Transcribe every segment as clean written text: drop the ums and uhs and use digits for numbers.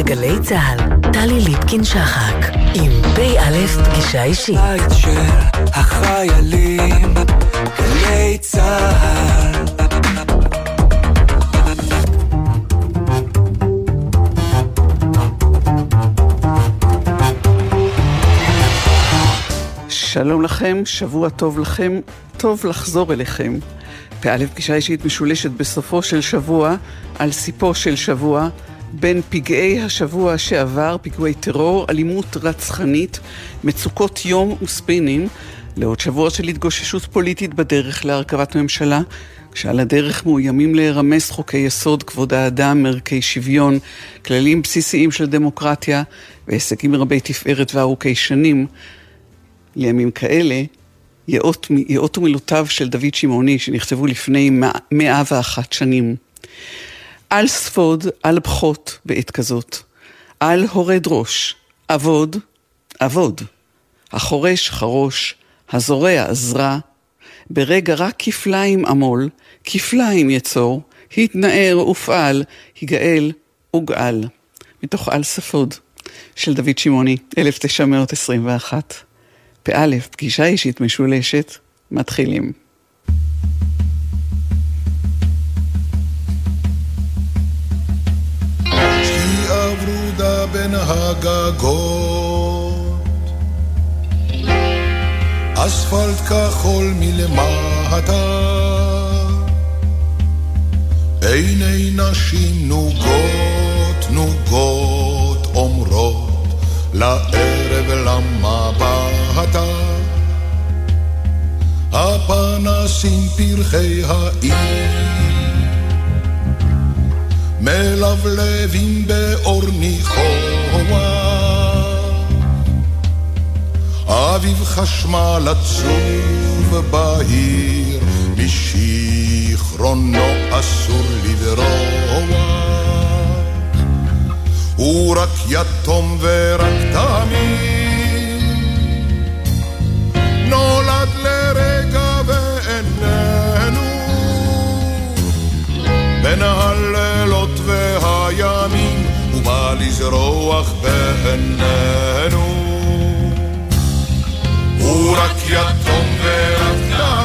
בגלי צהל, טלי ליפקין-שחק, עם פ"א פגישה אישית. בית של החיילים, גלי צהל. שלום לכם, שבוע טוב לכם, טוב לחזור אליכם. פ"א פגישה אישית משולשת בסופו של שבוע, על סיפו של שבוע, בין פגעי השבוע שעבר, פיגועי טרור, אלימות רצחנית, מצוקות יום וספינים, לעוד שבוע של התגוששות פוליטית בדרך להרכבת ממשלה, כשעל הדרך מאוימים להירמס חוקי יסוד, כבוד האדם, ערכי שוויון, כללים בסיסיים של דמוקרטיה, והישגים רבי תפארת וארוכי שנים. לימים כאלה, יאות ומילותיו של דוד שמעוני, שנכתבו לפני 101 שנים. על ספוד, על פחות בעת כזאת, על הורד ראש, עבוד, עבוד, החורש חרוש, הזורע עזרה, ברגע רק כפליים עמול, כפליים יצור, התנער ופעל, היגאל וגאל. מתוך על ספוד של דוד שמעוני, 1921. פ"א, פגישה אישית משולשת, מתחילים. שקיעה ורודה בין הגגות, אספלט כחול מלמטה, עיני נשים נוגות נוגות אומרות לערב למבטה, הפנסים פרחי העיר מלבלבים באור ניחוח, אביב חשמל עצוב בהיר, משיכרונו אסור לברוח, הוא רק יתום ורק תמים, נולד לרגע ואיננו, בין הלילות והימים הוא בא לזרוח בעינינו, הוא רק יתום ורק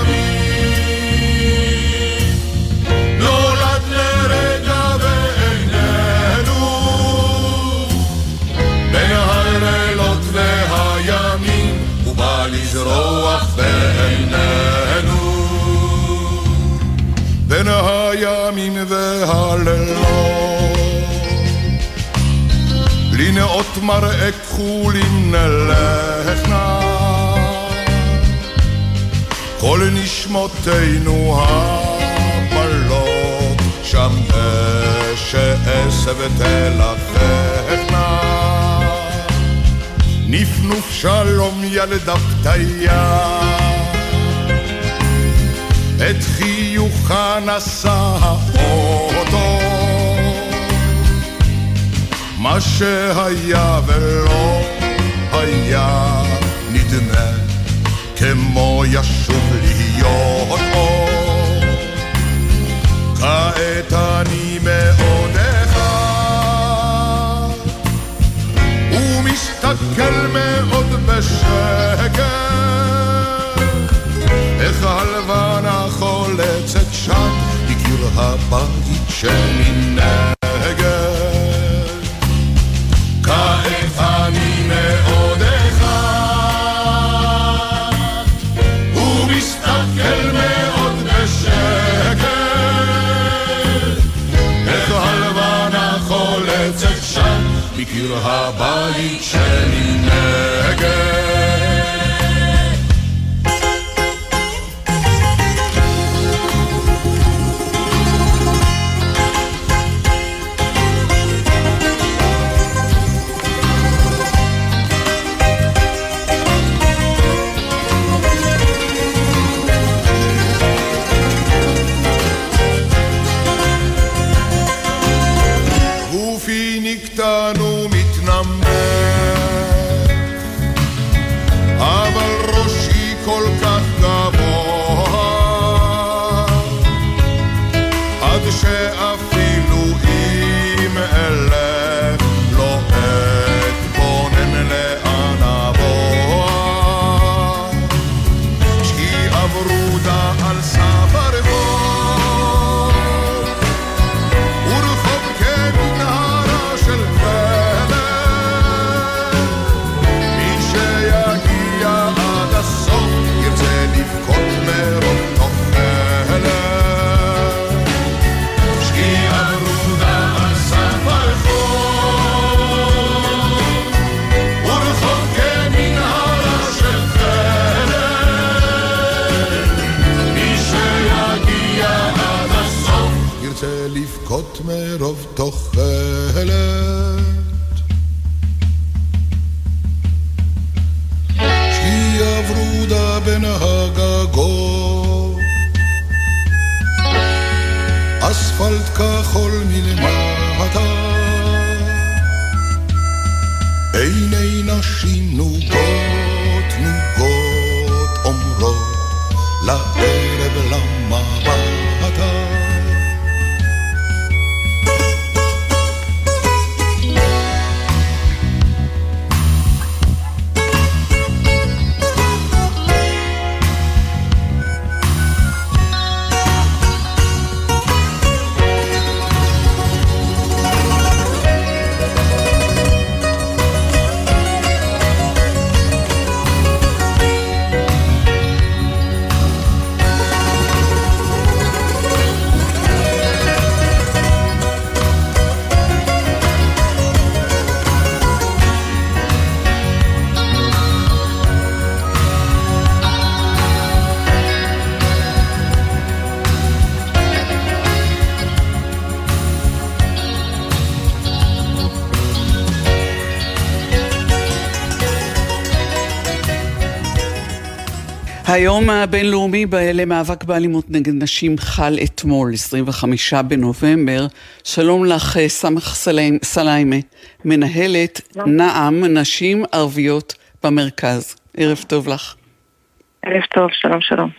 תמים, נולד לרגע ואיננו, בין הלילות והימים הוא בא לזרוח בעינינו, בין הימים והלילות, לנאות מראה כחולים נלכנה, כל נשמותינו הבלות, שם שעשב תלכנה, נפנוף שלום ילדה פתיה, את חיוכה נשא האוטו, מה שהיה ולא היה נדמה כמו ישוב להיות אור, כעת אני מאוד אחד ומסתכל מאוד בשקט, איך הלבנה חולצת שם בקיר הבית שמנגד, כעת אני מאוד אחד ומסתכל מאוד בשקט, איך הלבנה חולצת שם בקיר הבית שמנגד. נקטנו מתנמר, אבל ראשי כל כך גבוה, עד שאפילו אם אלך לא עיני נשים נוגות נוגות אומרות לערב למבטה היום הבינלאומי למאבק באלימות נגד נשים חל אתמול, 25 בנובמבר. שלום לך, סמך סליימה, מנהלת נעם, נשים ערביות במרכז. ערב טוב לך. ערב טוב, שלום שלום.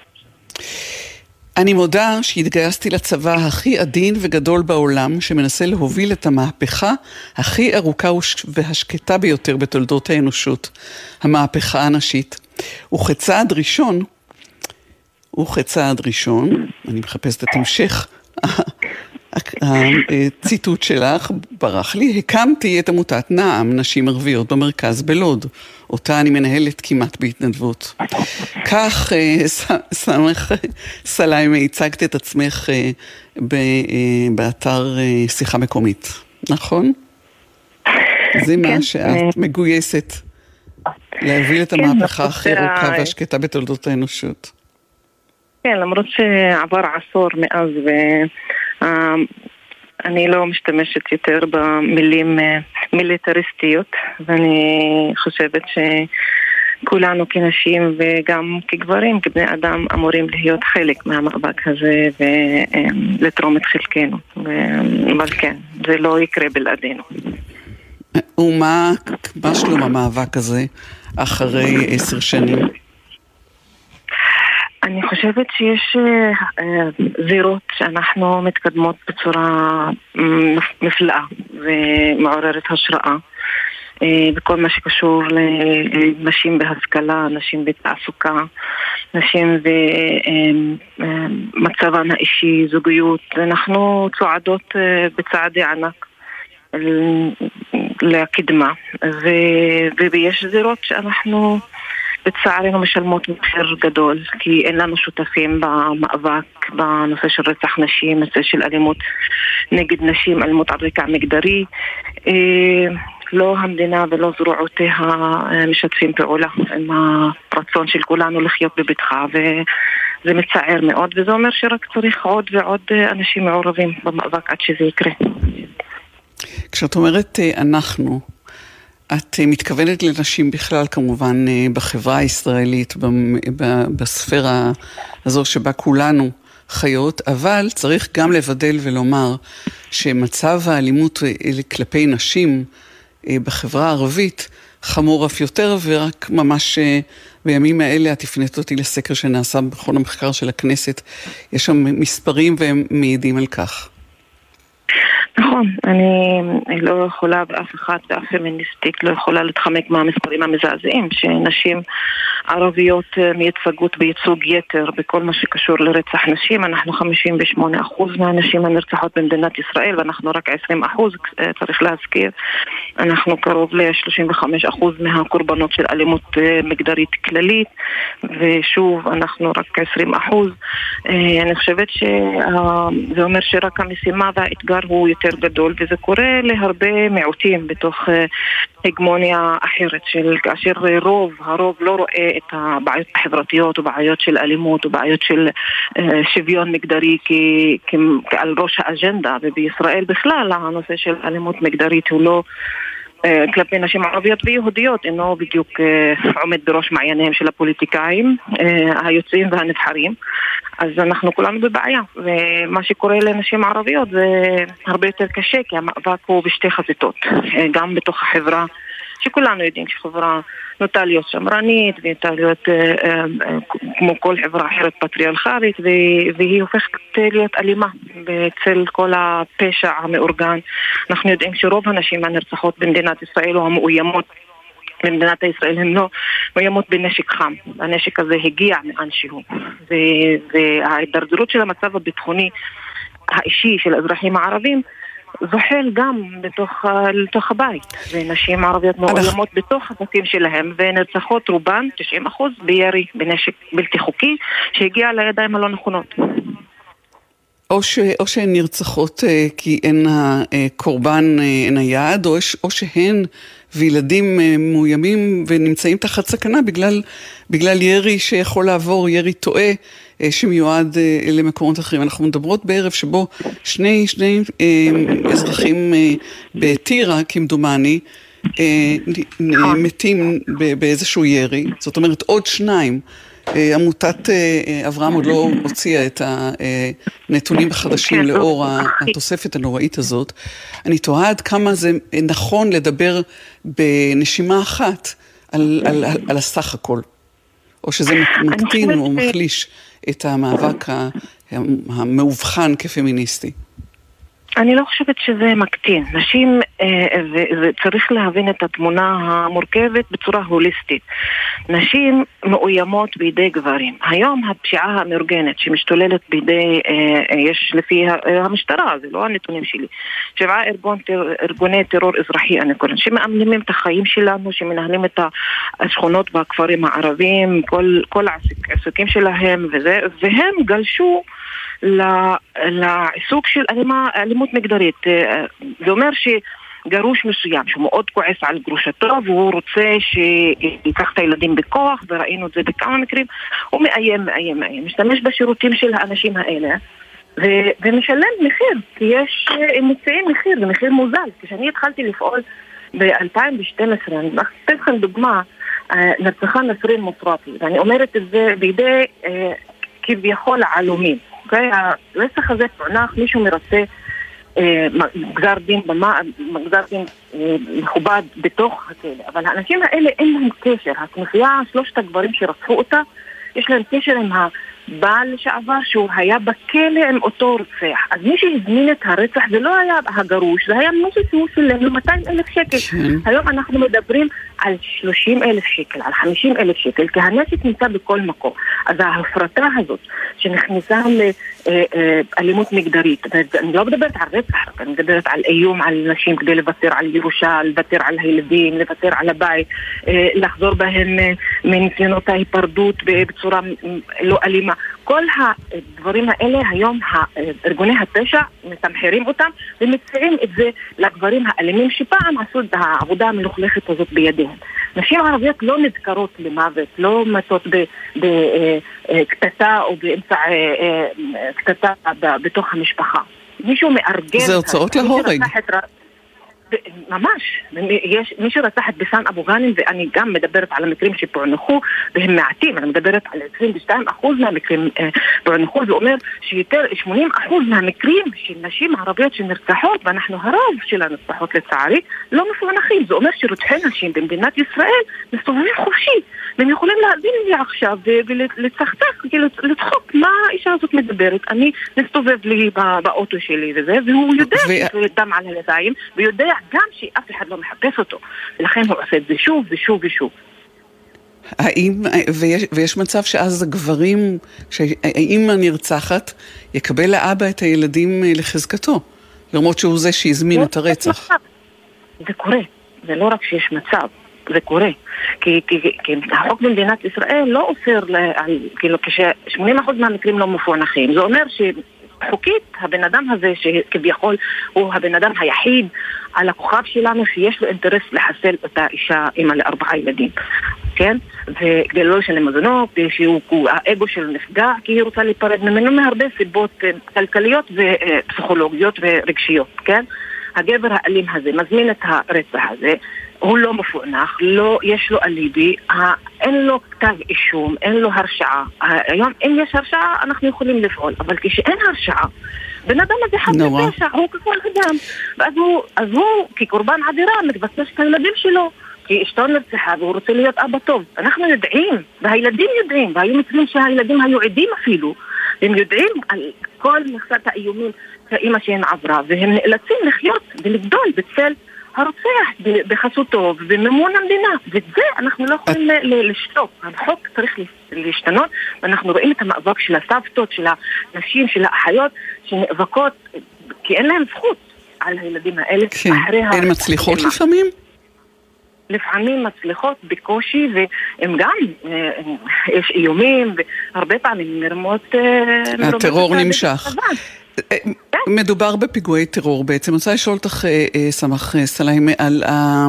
אני מודה שהתגייסתי לצבא הכי עדין וגדול בעולם, שמנסה להוביל את המהפכה הכי ארוכה והשקטה ביותר בתולדות האנושות, המהפכה הנשית. וכצעד ראשון, אני מחפשת את המשך הציטוט שלך, ברח לי, הקמתי את עמותת נעם, נשים ערביות במרכז בלוד, אותה אני מנהלת כמעט בהתנדבות. כך, סמך סליימה, הצגת את עצמך באתר שיחה מקומית, נכון? זה מה שאת מגויסת להביא את המהפכה הכי ארוכה והשקטה בתולדות האנושות. כן, למרות שעבר עשור מאז ואני לא משתמשת יותר במילים מיליטריסטיות, ואני חושבת שכולנו כנשים וגם כגברים, כבני אדם, אמורים להיות חלק מהמאבק הזה ולתרום את חלקנו. אבל כן, זה לא יקרה בלעדינו. ומה שלום המאבק הזה אחרי 10 שנים? אני חושבת שיש זירות שאנחנו מתקדמות בצורה נפלאה ומעוררת השראה בכל מה שקשור לנשים בהשכלה, נשים בתעסוקה, נשים במצבן האישי, זוגיות. אנחנו צועדות בצעדי ענק לקדמה, ויש זירות שאנחנו בצערנו משלמות מחיר גדול, כי אין לנו שותפים במאבק בנושא של רצח נשים, נושא של אלימות נגד נשים, אלימות על רקע מגדרי. לא המדינה ולא זרועותיה משתפים פעולה עם הרצון של כולנו לחיות בבטחה, וזה מצער מאוד, וזה אומר שרק צריך עוד ועוד אנשים מעורבים במאבק עד שזה יקרה. כשאת אומרת אנחנו, את מתכוונת לנשים בכלל כמובן בחברה הישראלית, בספירה הזו שבה כולנו חיות, אבל צריך גם לבדל ולומר שמצב האלימות כלפי נשים בחברה הערבית חמור אף יותר, ורק ממש בימים האלה את הפנית אותי לסקר שנעשה בכל המחקר של הכנסת, יש שם מספרים והם מעידים על כך. נכון, אני לא יכולה באף אחד, באף פמיניסטית לא יכולה להתחמק מהמספרים המזעזעים שנשים ערביות מייצגות בייצוג יתר בכל מה שקשור לרצח נשים. אנחנו 58% מהנשים הנרצחות במדינת ישראל, ואנחנו רק 20%, צריך להזכיר. אנחנו קרוב ל-35% מהקורבנות של אלימות מגדרית כללית, ושוב אנחנו רק 20%. אני חושבת שזה אומר שרק המשימה והאתגר הוא יותר גדול, וזה קורה להרבה מיעוטים בתוך הגמוניה אחרת, של כאשר הרוב לא רואה את הבעיות החברתיות ובעיות של אלימות ובעיות של שוויון מגדרי כעל ראש האג'נדה. ובישראל בכלל הנושא של אלימות מגדרית הוא לא כלפי נשים ערביות ויהודיות אינו בדיוק עומד בראש מעייניהם של הפוליטיקאים היוצאים והנבחרים. אז אנחנו כולנו בבעיה, ומה שקורה לנשים ערביות זה הרבה יותר קשה, כי המאבק הוא בשתי חזיתות, גם בתוך החברה שכולנו יודעים שחברה נוטה להיות שמרנית, ונוטה להיות כמו כל חברה אחרת פטריארכלית, והיא הופכת להיות אלימה בצל כל הפשע המאורגן. אנחנו יודעים שרוב הנשים הנרצחות במדינת ישראל או המאוימות במדינת ישראל הן לא מאוימות בנשק חם. הנשק הזה הגיע מאנשהו, וההידרדרות של המצב הביטחוני האישי של האזרחים הערבים זוחל גם לתוך הבית, ונשים ערביות מאוימות בתוך הבתים שלהם ונרצחות רובן 90% בירי בנשק בלתי חוקי שהגיע לידיים הלא נכונות. או שהן נרצחות כי אין הקורבן, אין היעד, או שהן וילדים מאוימים ונמצאים תחת סכנה בגלל ירי שיכול לעבור, ירי טועה שמיועד למקומות אחרים. אנחנו מדברות בערב שבו שני אזרחים בטירה, כמדומני, מתים באיזשהו ירי, זאת אומרת עוד שניים. עמותת אברהם עוד לא הוציאה את הנתונים החדשים לאור התוספת הנוראית הזאת. אני תוהה עד כמה זה נכון לדבר בנשימה אחת על הסך הכל, או שזה מקטין או מחליש את המאבק המאובחן כפמיניסטי. אני לא חושבת שזה מקטין. נשים, וצריך להבין את התמונה המורכבת בצורה הוליסטית. נשים מאוימות בידי גברים. היום הפשיעה המאורגנת שמשתוללת בידי, יש לפי המשטרה, זה לא הנתונים שלי, 7 ארגוני טרור אזרחי, אני קוראים, שמאמנים את החיים שלנו, שמנהלים את השכונות בכפרים הערבים, כל העסקים שלהם וזה, והם גלשו לעיסוק של אלימות מגדרית. זה אומר שגרוש מסוים שהוא מאוד כועס על גרושתו והוא רוצה שיקח את הילדים בכוח, וראינו את זה בכמה מקרים, הוא מאיים, משתמש בשירותים של האנשים האלה ומשלם מחיר, כי הם מציעים מחיר, זה מחיר מוזל. כשאני התחלתי לפעול ב-2012, אני אתן לכם דוגמה, נרצחה נסרין מוסראתי, ואני אומרת את זה בידי כביכול העלומים. הרצח הזה פוענח, מישהו מרצה גזר דין מכובד בתוך הכלא, אבל האנשים האלה אין להם קשר. הכנופיה, 3 הגברים שרצחו אותה, יש להם קשר עם הבעל לשעבר שהוא היה בכלא עם אותו רוצח. אז מי שהזמין את הרצח זה לא היה הגרוש, זה היה מישהו שהוא שילם 200,000 שקל. היום אנחנו מדברים על 30,000 שקל, על 50,000 שקל, כי הנשק נמצא בכל מקום. אז ההפרטה הזאת שנכנסה לאלימות מגדרית, אני לא מדברת על רצח, אני מדברת על איום על נשים כדי לוותר על ירושה, לוותר על הילדים, לוותר על הבית, לחזור בהם מניסיונות ההיפרדות בצורה לא אלימה. כל הדברים האלה היום ארגוני הפשע מתמחרים אותם ומציעים את זה לגברים האלימים שפעם עשו את העבודה המלוכלכת הזאת בידיהם. נשים ערביות לא נדקרות למוות, לא מתות בקטטה או באמצע קטטה בתוך המשפחה. מישהו מארגן... זה הוצאות להורג. ממש, מי שרצח את ביסאן אבו גאנם, ואני גם מדברת על המקרים שפוענחו והם מעטים, אני מדברת על 22% מהמקרים פוענחו, זה אומר שיותר 80% מהמקרים של נשים ערביות שנרצחות, ואנחנו הרוב של הנרצחות לצערי, לא מפוענחים. זה אומר שרוצחי נשים במדינת ישראל מסתובבים חופשי, והם יכולים להבין לי עכשיו ולצחצח, לצחוק מה האישה הזאת מדברת. אני מסתובב לי באוטו שלי וזה, והוא יודע שיש דם על הידיים, ויודע גם שאף אחד לא מחפש אותו, ולכן הוא עושה את זה שוב ושוב ושוב. ויש מצב שאז הגברים, האמא נרצחת, יקבל לאבא את הילדים לחזקתו, למרות שהוא זה שהזמין את הרצח. זה קורה, זה לא רק שיש מצב, זה קורה. כי החוק במדינת ישראל לא אוסר, כאילו כש-80% מהמקרים לא מפוענחים, זה אומר חוקית, הבן אדם הזה שכביכול הוא הבן אדם היחיד על הכוכב שלנו שיש לו אינטרס לחסל את האישה אמא ל4 ילדים, כן? וכדי לא לשלם מזונות, האגו שלו נפגע כי היא רוצה להיפרד ממנו מהרבה סיבות כלכליות ופסיכולוגיות ורגשיות, כן? הגבר האלים הזה מזמין את הרצח הזה, הוא לא מפוענח, לא, יש לו אליבי, אין לו כתב אישום, אין לו הרשעה. היום אם יש הרשעה אנחנו יכולים לפעול, אבל כשאין הרשעה, בן אדם הזה חד בפשע, הוא ככל אדם, ואז הוא כקורבן עבירה מתבסס את הילדים שלו, כי אשתו נרצחה והוא רוצה להיות אבא טוב. אנחנו יודעים, והילדים יודעים, והיו מקרים שהילדים היו עדים אפילו, הם יודעים על כל מכסת האיומים שהאימא שהן עברה, והם נאלצים לחיות ולגדול בצל הרוצח בחסותו ובמימון המדינה. וזה אנחנו לא יכולים לשתוק. החוק צריך להשתנות, ואנחנו רואים את המאבק של הסבתות, של הנשים, של האחיות, שנאבקות, כי אין להם זכות על הילדים האלה. כן, הן מצליחות לפעמים? לפעמים מצליחות בקושי, והם גם, יש איומים, והרבה פעמים נרמות... הטרור נמשך. מדובר בפיגועי טרור בעצם. אני רוצה לשאול אותך, סמך סליימה, על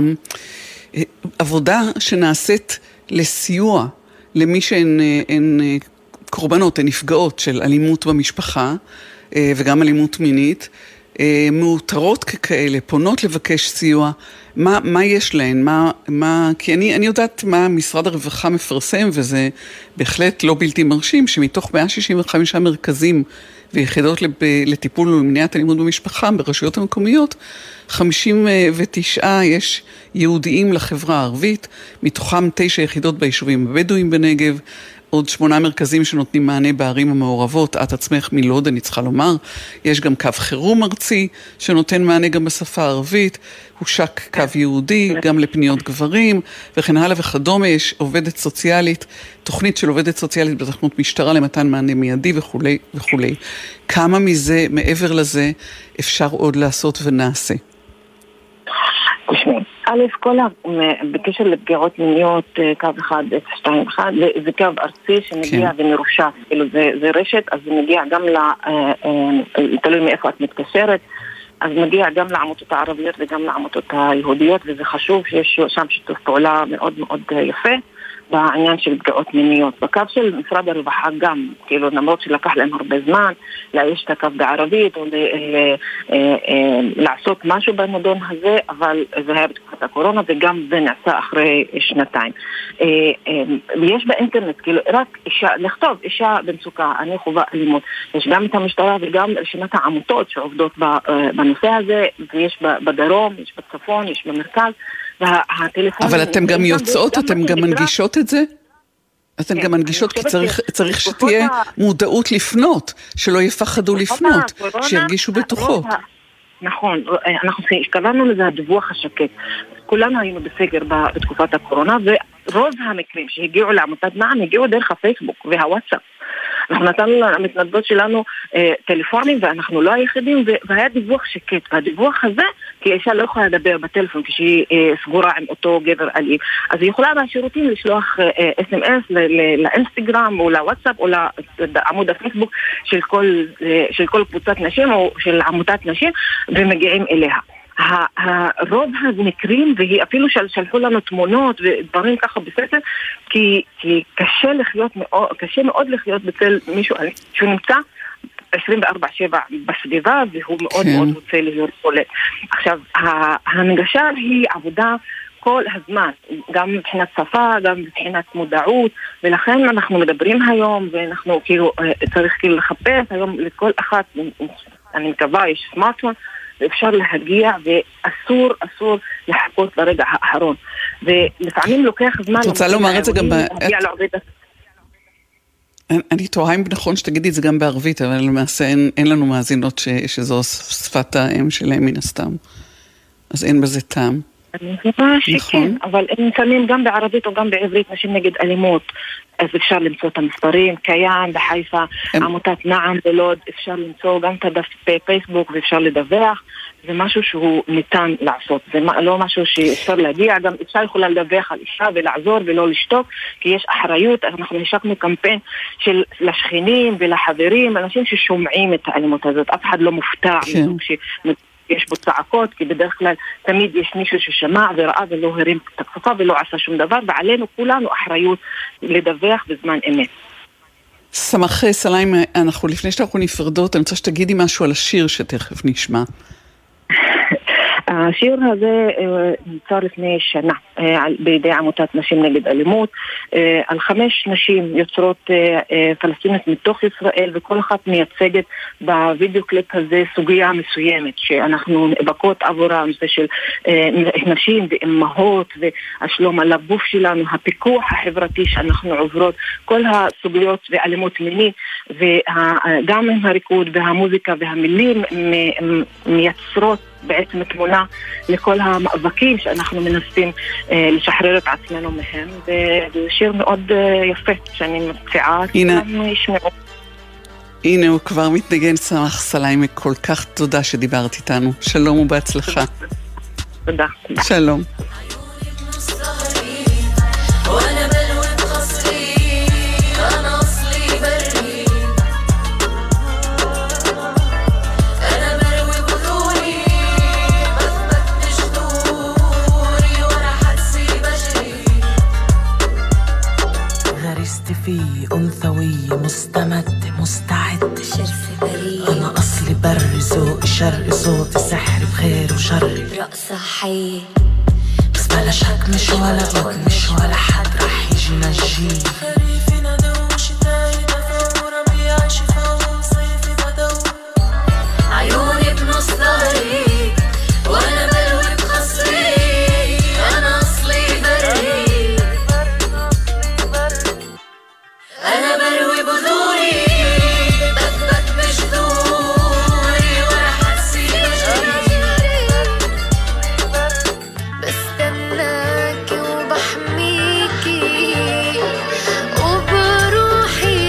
העבודה שנעשית לסיוע למי שהן קורבנות, הן נפגעות של אלימות במשפחה, וגם אלימות מינית, מאותרות ככאלה, פונות לבקש סיוע. מה יש להן? כי אני יודעת מה משרד הרווחה מפרסם, וזה בהחלט לא בלתי מרשים, שמתוך 165 מרכזים ויחידות לטיפול ולמניעת אלימות במשפחה ברשויות המקומיות, 59 יש יהודיים לחברה הערבית, מתוכם 9 יחידות ביישובים הבדואים בנגב, עוד 8 מרכזים שנותנים מענה בערים המעורבות, את עצמך מלוד, אני צריכה לומר. יש גם קו חירום ארצי שנותן מענה גם בשפה הערבית, הושק קו יהודי, גם לפניות גברים, וכן הלאה וכדומה. יש עובדת סוציאלית, תוכנית של עובדת סוציאלית בתחנות משטרה למתן מענה מיידי וכו' וכו'. כמה מזה, מעבר לזה, אפשר עוד לעשות ונעשה? תשמעי, א', בקשר לפגיעות מיניות, קו 1021, זה קו ארצי שמגיע ומרושע, כאילו זה רשת, אז זה מגיע גם תלוי מאיפה את מתקשרת, אז מגיע גם לעמותות הערביות וגם לעמותות היהודיות, וזה חשוב שיש שם שיתוף פעולה מאוד מאוד יפה בעניין של פגיעות מיניות. בקו של משרד הרווחה גם, כאילו למרות שלקח להם הרבה זמן לאייש את הקו בערבית או לעשות משהו במדון הזה, אבל זה היה בתקופת הקורונה, וגם זה נעשה אחרי 2 יש באינטרנט, כאילו רק אישה, לכתוב אישה במצוקה, אני חווה אלימות. יש גם את המשטרה וגם רשימת העמותות שעובדות בנושא הזה, ויש בדרום, יש בצפון, יש במרכז. אבל אתם גם יוצאות, אתם גם מנגישות את זה? אתם גם מנגישות, כי צריך שתהיה מודעות לפנות, שלא יפחדו לפנות, שירגישו בטוחות. נכון, אנחנו קראנו לזה הדיווח השקט. כולנו היינו בסגר בתקופת הקורונה, ורוב המקרים שהגיעו לעמותת נעם הגיעו דרך הפייסבוק והוואטסאפ. אנחנו נתנו למתנדבות שלנו טלפונים, ואנחנו לא היחידים, והיה דיווח שקט. והדיווח הזה, כי האישה לא יכולה לדבר בטלפון כשהיא סגורה עם אותו גבר אלים, אז היא יכולה מהשירותים לשלוח SMS לאינסטגרם או לוואטסאפ או לעמוד הפייסבוק של כל קבוצת נשים או של עמותת נשים, ומגיעים אליה. הרוב המקרים, והיא אפילו שלחו לנו תמונות ודברים ככה בספר, כי קשה מאוד לחיות בצל מישהו שהוא נמצא 24/7 בסביבה, והוא מאוד מאוד רוצה להיות חולה. עכשיו, ההנגשה היא עבודה כל הזמן, גם מבחינת שפה, גם מבחינת מודעות, ולכן אנחנו מדברים היום, ואנחנו כאילו צריך כאילו לחפש היום לכל אחת, אני מקווה, יש סמארטפון, ואפשר להגיע, ואסור לחכות לרגע האחרון. ולפעמים לוקח זמן... את רוצה לומר את זה גם אני תוהה אם נכון שתגידי את זה גם בערבית, אבל למעשה אין לנו מאזינות שזו שפת האם שלהם מן הסתם. אז אין בזה טעם. אני חושבת שכן, אבל הם שמים גם בערבית או גם בעברית נשים נגד אלימות, אז אפשר למצוא את המספרים, קיים בחיפה, עמותת נעם בלוד, אפשר למצוא גם את הדף בפייסבוק ואפשר לדווח, זה משהו שהוא ניתן לעשות, זה לא משהו שאפשר להגיע, גם אפשר יכולה לדווח על אישה ולעזור ולא לשתוק, כי יש אחריות. אנחנו השקנו קמפיין לשכנים ולחברים, אנשים ששומעים את האלימות הזאת, אף אחד לא מופתע יש בו צעקות, כי בדרך כלל תמיד יש מישהו ששמע וראה ולא הרים את הכפפה ולא עשה שום דבר, ועלינו כולנו אחריות לדווח בזמן אמת. סמך סליימה, לפני שאנחנו נפרדות, אני רוצה שתגידי משהו על השיר שתכף נשמע. השיר הזה נוצר לפני שנה בידי עמותת נשים נגד אלימות, על 5 נשים יוצרות פלסטיניות מתוך ישראל, וכל אחת מייצגת בווידאו קליפ הזה סוגיה מסוימת שאנחנו נאבקות עבורה, נושא של נשים ואימהות והשלום על הגוף שלנו, הפיקוח החברתי שאנחנו עוברות, כל הסוגיות ואלימות מינית, וגם עם הריקוד והמוזיקה והמילים מייצרות בעצם תמונה לכל המאבקים שאנחנו מנסים לשחרר את עצמנו מהם, וזה שיר מאוד יפה שאני מציעה שכולנו ישמעו. הנה הוא כבר מתנגן. סמך סליימי, כל כך תודה שדיברת איתנו. שלום ובהצלחה. תודה. שלום. في أنثوي مستمد مستعد شرف بريء أنا أصلي بر ذوقي شرقي صوتي سحر بخير وشر رقصة حي بس بلا شك مش ولا بك مش ولا حد رح يجي نجيه خريفي ندو شتاي دفا وربيع شفا وصيفي بدو عيوني بنص ظهري وأنا بلوي بخصري أنا أصلي بري أنا بروي بذوري بثبت بجذوري وراح أسيب أجري بستناكي وبحميكي وبروحي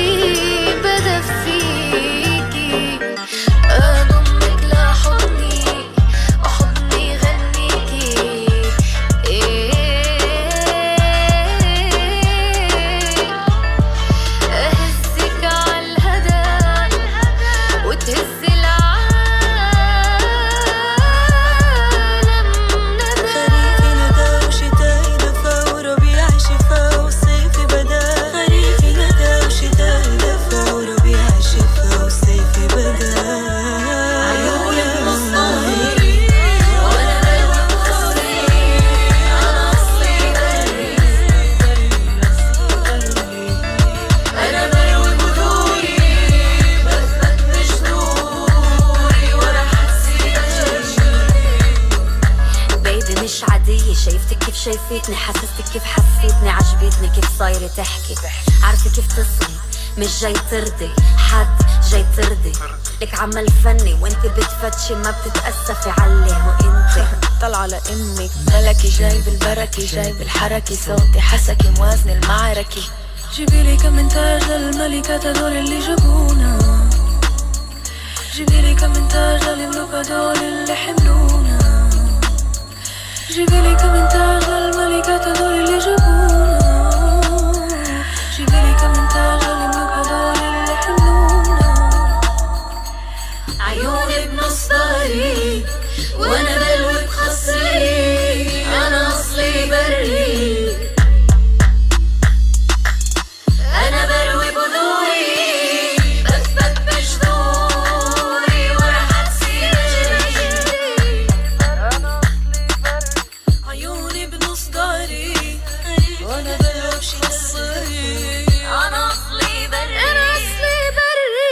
بدفيكي أضمك لحضني وحضني غنيكي أهزك عالهدى وتهز العالم ندى خريفي ندى وشتاي دفا وربيع شفا وصيفي بدا خريفي ندى وشتاي دفا وربيع شفا وصيفي بدا عيوني بنصاري وانا بلوي بخصري انا اصلي بري أنا بروي بدوري بثبت بجذوري وراح أسيب أجري بيبي مش عادية شايفتك كيف شايفتني حسستك كيف حسيتني عجبتني كيف صايرة تحكي عارفة كيف تصغي مش جاي ترضي حد جاي ترضي لك عمل فني وانت بتفتشي ما بتتأسفي عليه وانت طلع لأمك ملكي جاي بالبركة جاي بالحركة صوتي حسكي موازن المعركة جيبيلي كم من تاج للملكات هدول اللي جابونا جيبيلي كم من تاج للملوك هدول اللي حملونا جيبيلي كم من تاج للملكات هدول اللي جابونا جيبيلي كم من تاج للملوك هدول اللي حملونا عيوني بنص ظهري وانا بلوي بخصري انا اصلي بري أنا بروي بذوري بثبت بجذوري وراح أسيب أجري عيوني بنص ظهري وأنا بلوي بخصري أنا أصلي بري أنا أصلي بري.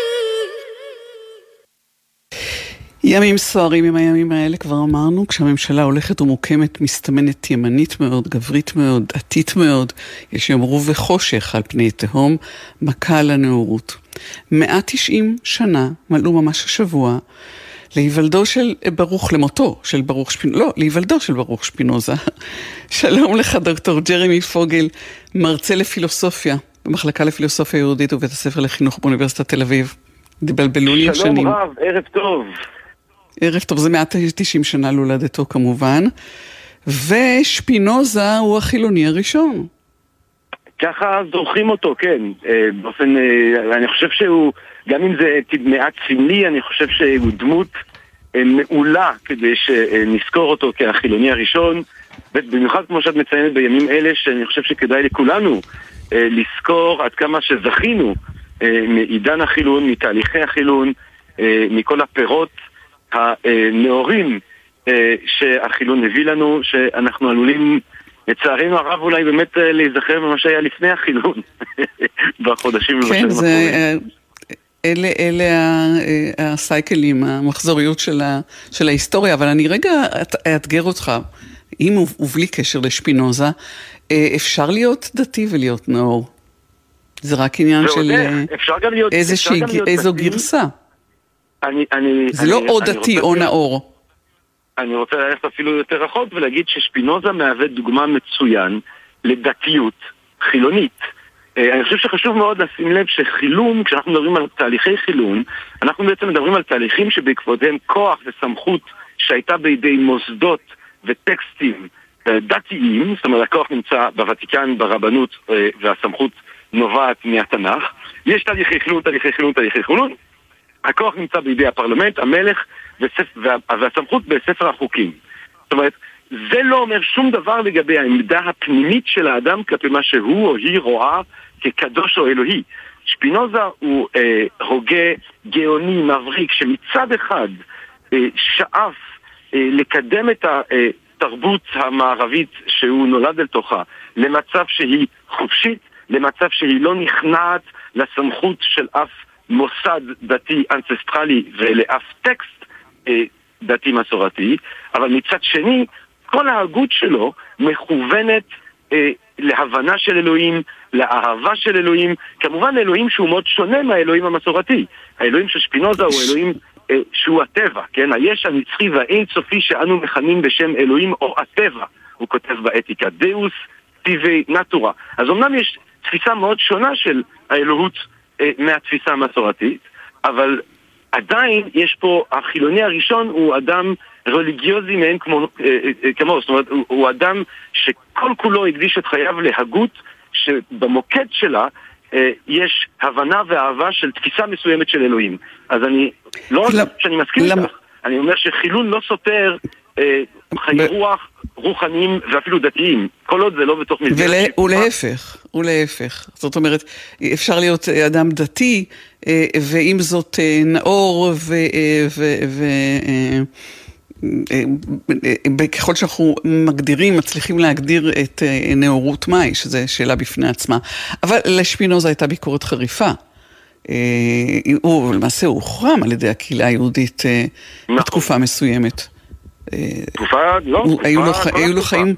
ימים סוערים עם הימים האלה, כבר אמרנו, כשהממשלה הולכת ומוקמת, מסתמנת ימנית מאוד, גברית מאוד, דתית מאוד, יש יאמרו וחושך על פני תהום, מכה לנאורות. 190 שנה מלאו ממש השבוע להיוולדו של ברוך, למותו של ברוך שפינוזה, לא, להיוולדו של ברוך שפינוזה. שלום לך דוקטור ג'רמי פוגל, מרצה לפילוסופיה, במחלקה לפילוסופיה יהודית ובית הספר לחינוך באוניברסיטת תל אביב. דבלבלו לי השנים. שלום רב, ערב טוב. ערב טוב, זה 190 שנה להולדתו כמובן, ושפינוזה הוא החילוני הראשון. ככה זוכרים אותו, כן. באופן, אני חושב שהוא, גם אם זה מעט סמלי, אני חושב שהוא דמות מעולה כדי שנזכור אותו כהחילוני הראשון, ובמיוחד כמו שאת מציינת בימים אלה, שאני חושב שכדאי לכולנו לזכור עד כמה שזכינו מעידן החילון, מתהליכי החילון, מכל הפירות הנאורים שהחילון הביא לנו, שאנחנו עלולים לצערנו הרב אולי באמת להיזכר במה שהיה לפני החילון בחודשים ובשנים האחרונים. אלה הסייקלים, המחזוריות של ההיסטוריה, אבל אני רגע אאתגר אותך, אם ובלי קשר לשפינוזה, אפשר להיות דתי ולהיות נאור. זה רק עניין של איזו גרסה. זה לא או דתי או נאור. אני רוצה ללכת אפילו יותר רחוק ולהגיד ששפינוזה מהווה דוגמה מצוין לדתיות חילונית. אני חושב שחשוב מאוד לשים לב שחילון, כשאנחנו מדברים על תהליכי חילון, אנחנו בעצם מדברים על תהליכים שבעקבותיהם כוח וסמכות שהייתה בידי מוסדות וטקסטים דתיים, זאת אומרת הכוח נמצא בוותיקן, ברבנות, והסמכות נובעת מהתנ"ך. יש תהליכי חילון, הכוח נמצא בידי הפרלמנט, המלך והסמכות בספר החוקים. זאת אומרת, זה לא אומר שום דבר לגבי העמדה הפנימית של האדם כלפי מה שהוא או היא רואה כקדוש או אלוהי. שפינוזה הוא הוגה גאוני מבריק שמצד אחד שאף לקדם את התרבות המערבית שהוא נולד אל תוכה למצב שהיא חופשית, למצב שהיא לא נכנעת לסמכות של אף מוסד דתי אנצסטרלי ולאף טקסט דתי מסורתי, אבל מצד שני כל ההגות שלו מכוונת להבנה של אלוהים, לאהבה של אלוהים, כמובן אלוהים שהוא מאוד שונה מהאלוהים המסורתי. האלוהים של שפינוזה הוא אלוהים שהוא הטבע, כן? היש הנצחי והאין סופי שאנו מכנים בשם אלוהים או הטבע, הוא כותב באתיקה, דאוס טיבי נטורה. אז אמנם יש תפיסה מאוד שונה של האלוהות מהתפיסה המסורתית, אבל עדיין יש פה, החילוני הראשון הוא אדם רליגיוזי מעין כמו, זאת אומרת, הוא אדם שכל כולו הקדיש את חייו להגות, שבמוקד שלה יש הבנה ואהבה של תפיסה מסוימת של אלוהים. אז אני, לא רק שאני מסכים לכך, אני אומר שחילון לא סותר חיי רוח, רוחניים ואפילו דתיים, כל עוד זה לא בתוך מסגרת. ולהפך. זאת אומרת, אפשר להיות אדם דתי, ועם זאת נאור ככל שאנחנו מצליחים להגדיר את נאורות מהי, שזו שאלה בפני עצמה. אבל לשפינוזה הייתה ביקורת חריפה. למעשה הוא הוחרם על ידי הקהילה היהודית בתקופה מסוימת. היו לו חיים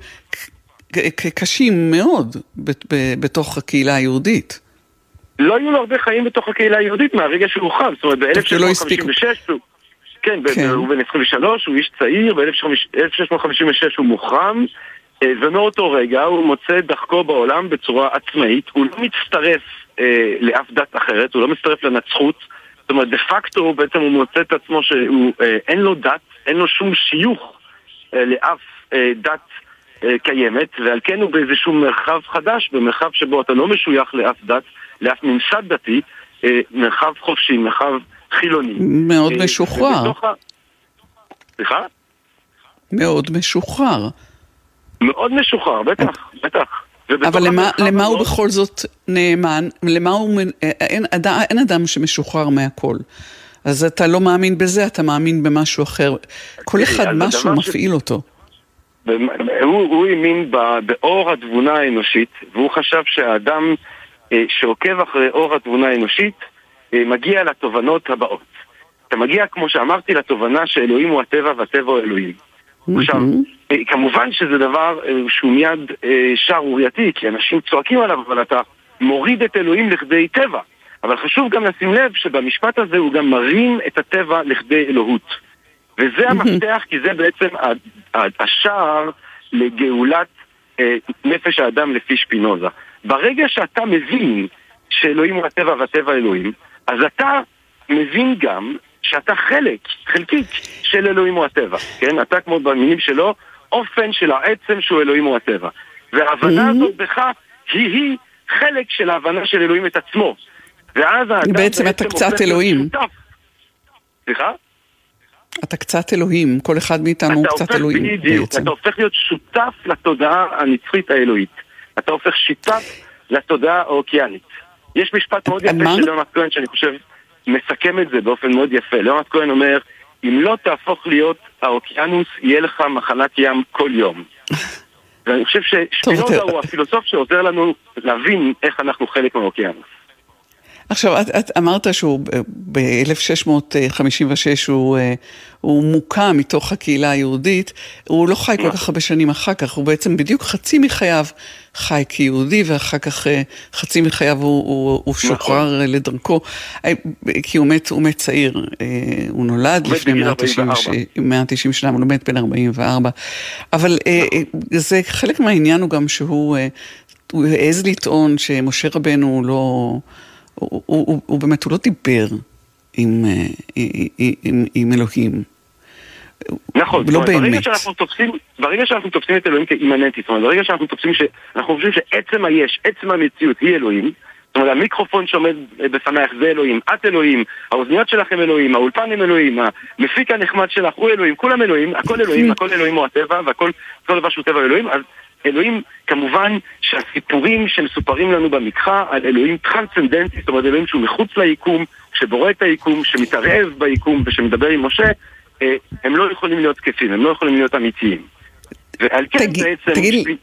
קשים מאוד בתוך הקהילה היהודית. לא היו לו הרבה חיים בתוך הקהילה היהודית מהרגע שהוא הוחרם. זאת אומרת, ב-1656 כן, הוא בן 23, הוא איש צעיר, ב-1656 הוא מוחרם, ומאותו רגע הוא מוצא דרכו בעולם בצורה עצמאית, הוא לא מצטרף לאף דת אחרת, הוא לא מצטרף לנצחות, זאת אומרת, דה פקטו בעצם הוא מוצא את עצמו שאין לו דת, אין לו שום שיוך לאף דת קיימת, ועל כן הוא באיזשהו מרחב חדש, במרחב שבו אתה לא משוייך לאף דת, לאף ממסד דתי, מרחב חופשי, מרחב חילוני. מאוד משוחרר. סליחה? מאוד משוחרר. מאוד משוחרר, בטח. אבל למה הוא בכל זאת נאמן? אין אדם שמשוחרר מהכל. אז אתה לא מאמין בזה, אתה מאמין במשהו אחר. כל אחד משהו מפעיל אותו. הוא האמין באור התבונה האנושית, והוא חשב שהאדם שעוקב אחרי אור התבונה האנושית, מגיע לתובנות הבאות. אתה מגיע, כמו שאמרתי, לתובנה שאלוהים הוא הטבע והטבע הוא אלוהים. עכשיו, כמובן שזה דבר שהוא מיד שערורייתי, כי אנשים צועקים עליו, אבל אתה מוריד את אלוהים לכדי טבע. אבל חשוב גם לשים לב שבמשפט הזה הוא גם מרים את הטבע לכדי אלוהות. וזה המפתח, כי זה בעצם השער לגאולת נפש האדם לפי שפינוזה. ברגע שאתה מבין שאלוהים הוא הטבע והטבע אלוהים, אז אתה מבין גם שאתה חלקית של אלוהים הוא הטבע, כן? אתה כמו במילים שלו, אופן של העצם שהוא אלוהים הוא הטבע. וההבנה הזאת בך היא חלק של ההבנה של אלוהים את עצמו. ואז בעצם אתה קצת אלוהים. סליחה? אתה קצת אלוהים, כל אחד מאיתנו הוא קצת אלוהים. אתה הופך להיות שותף לתודעה הנצחית האלוהית. אתה הופך שותף לתודעה האוקיינית. יש משפט מאוד יפה של ליאונרד כהן שאני חושב מסכם את זה באופן מאוד יפה. ליאונרד כהן אומר, אם לא תהפוך להיות האוקיינוס, יהיה לך מחלת ים כל יום. ואני חושב ששפינוזה הוא הפילוסוף שעוזר לנו להבין איך אנחנו חלק מהאוקיינוס. עכשיו, את אמרת שהוא ב-1656 הוא מוקע מתוך הקהילה היהודית, הוא לא חי כל כך הרבה שנים אחר כך, הוא בעצם בדיוק חצי מחייו חי כיהודי, ואחר כך חצי מחייו הוא שוחרר לדרכו, כי הוא מת צעיר, הוא נולד לפני 190 שנה, הוא מת בין 44, אבל זה חלק מהעניין הוא גם שהוא העז לטעון שמשה רבנו לא... הוא באמת, הוא לא דיבר עם אלוהים. נכון, לא באמת. ברגע שאנחנו תופסים את אלוהים כאימננטי, זאת אומרת, ברגע שאנחנו תופסים שאנחנו חושבים שעצם היש, עצם המציאות היא אלוהים, זאת אומרת, המיקרופון שעומד בפנייך זה אלוהים, את אלוהים, האוזניות שלכם אלוהים, האולפן הם אלוהים, המפיק הנחמד שלך הוא אלוהים, כולם אלוהים, הכל אלוהים, הכל אלוהים הוא הטבע, והכל דבר שהוא טבע אלוהים, אז אלוהים, כמובן שהסיפורים שמסופרים לנו במקרא על אלוהים טרנסצנדנטי, זאת אומרת אלוהים שהוא מחוץ ליקום, שבורא את היקום, שמתערב ביקום ושמדבר עם משה, הם לא יכולים להיות תקפים, הם לא יכולים להיות אמיתיים. ועל כן בעצם...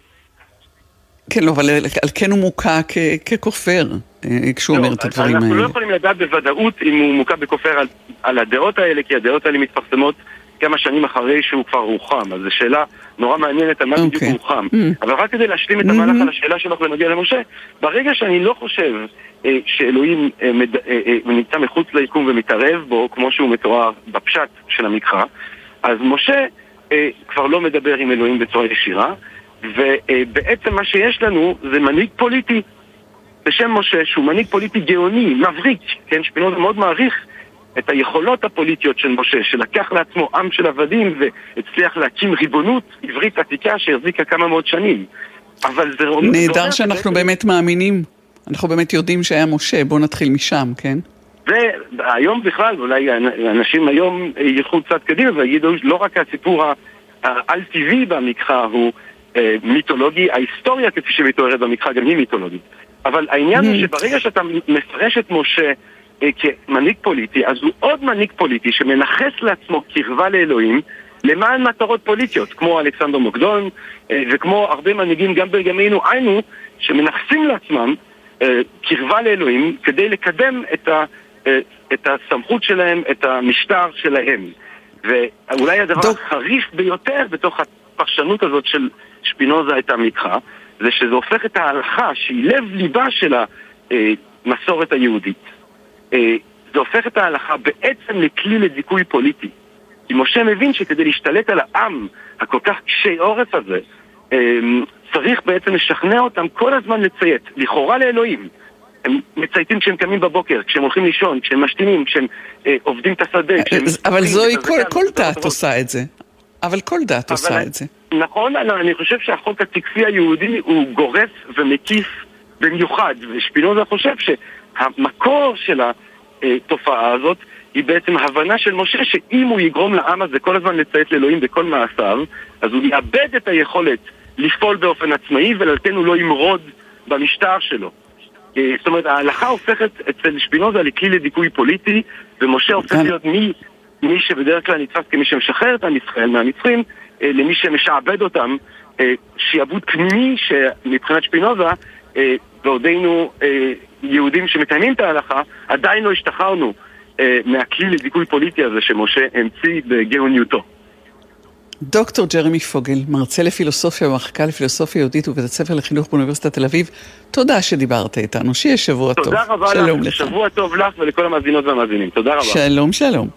כן, לא, אבל על כן הוא מוקע ככופר, כשהוא אומר את הדברים האלה. אנחנו לא יכולים לדעת בוודאות אם הוא מוקע בכופר על הדעות האלה, כי הדעות האלה מתפרסמות כמה שנים אחרי שהוא כבר רוחם, אז זו שאלה נורא מעניינת על מה בדיוק הוא רוחם. אבל רק כדי להשלים את המהלך על השאלה שלך ונגיע למשה, ברגע שאני לא חושב שאלוהים נמצא מחוץ ליקום ומתערב בו, כמו שהוא מתואר בפשט של המקרא, אז משה כבר לא מדבר עם אלוהים בצורה ישירה, ובעצם מה שיש לנו זה מנהיג פוליטי בשם משה, שהוא מנהיג פוליטי גאוני, מבריק, כן, שפינוזה מאוד מעריך את היכולות הפוליטיות של משה, שלקח לעצמו עם של עבדים והצליח להקים ריבונות עברית עתיקה שהחזיקה כמה מאות שנים. אבל זה נהדר שאנחנו באמת מאמינים, אנחנו באמת יודעים שהיה משה, בוא נתחיל משם, כן? והיום בכלל, אולי אנשים היום ילכו קצת קדימה ויגידו, לא רק הסיפור העל-טבעי במקרא הוא מיתולוגי, ההיסטוריה כפי שמתוארת במקרא גם היא מיתולוגית. אבל העניין הוא שברגע שאתה מפרש את משה כמנהיג פוליטי, אז הוא עוד מנהיג פוליטי שמנחס לעצמו קרבה לאלוהים למען מטרות פוליטיות, כמו אלכסנדר מוקדון וכמו הרבה מנהיגים גם בימינו אנו שמנחסים לעצמם קרבה לאלוהים כדי לקדם את הסמכות שלהם, את המשטר שלהם. ואולי הדבר החריף ביותר בתוך הפרשנות הזאת של שפינוזה את המקרא, זה שזה הופך את ההלכה שהיא לב ליבה של המסורת היהודית. זה הופך את ההלכה בעצם לכלי לדיכוי פוליטי. כי משה מבין שכדי להשתלט על העם הכל כך קשי עורף הזה, צריך בעצם לשכנע אותם כל הזמן לציית, לכאורה לאלוהים. הם מצייתים כשהם קמים בבוקר, כשהם הולכים לישון, כשהם משתינים, כשהם עובדים את השדה. אבל זוהי כל דת עושה את זה. אבל כל דת עושה את זה. נכון, אני חושב שהחוק הטקסי היהודי הוא גורף ומקיף במיוחד, ושפינוזה חושב שהמקור של התופעה הזאת היא בעצם הבנה של משה שאם הוא יגרום לעם הזה כל הזמן לציית לאלוהים בכל מעשיו, אז הוא יאבד את היכולת לפעול באופן עצמאי ולכן הוא לא ימרוד במשטר שלו. זאת אומרת, ההלכה הופכת אצל שפינוזה לכלי לדיכוי פוליטי, ומשה הופך להיות מי שבדרך כלל נתפס כמי שמשחרר את עם ישראל מהמצרים, למי שמשעבד אותם, שיעבוד פנימי שמבחינת שפינוזה, בעודנו יהודים שמקיימים את ההלכה, עדיין לא השתחררנו מהכלי לדיכוי פוליטי הזה שמשה המציא בגאוניותו. דוקטור ג'רמי פוגל, מרצה לפילוסופיה ומחלקה לפילוסופיה יהודית ובית הספר לחינוך באוניברסיטת תל אביב, תודה שדיברת איתנו, שיהיה שבוע טוב. תודה רבה לך, שבוע טוב לך ולכל המאזינות והמאזינים, תודה רבה. שלום, שלום.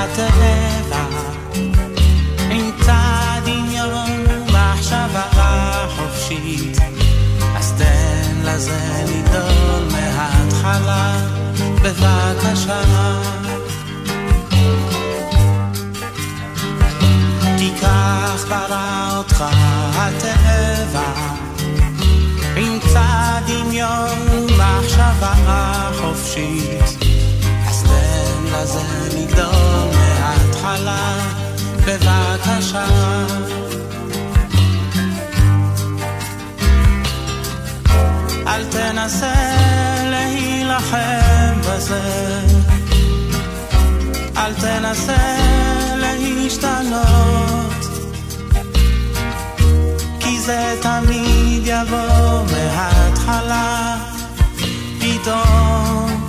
הטבע עם צד דמיון ומחשבה חופשית, אז תן לזה לגדול מההתחלה בבקשה. כי כך ברא אותך הטבע עם צד דמיון ומחשבה חופשית, אז תן לזה לגדול מההתחלה בבקשה. אל תנסה להילחם בזה, אל תנסה להשתנות, כי זה תמיד יבוא מההתחלה פתאום.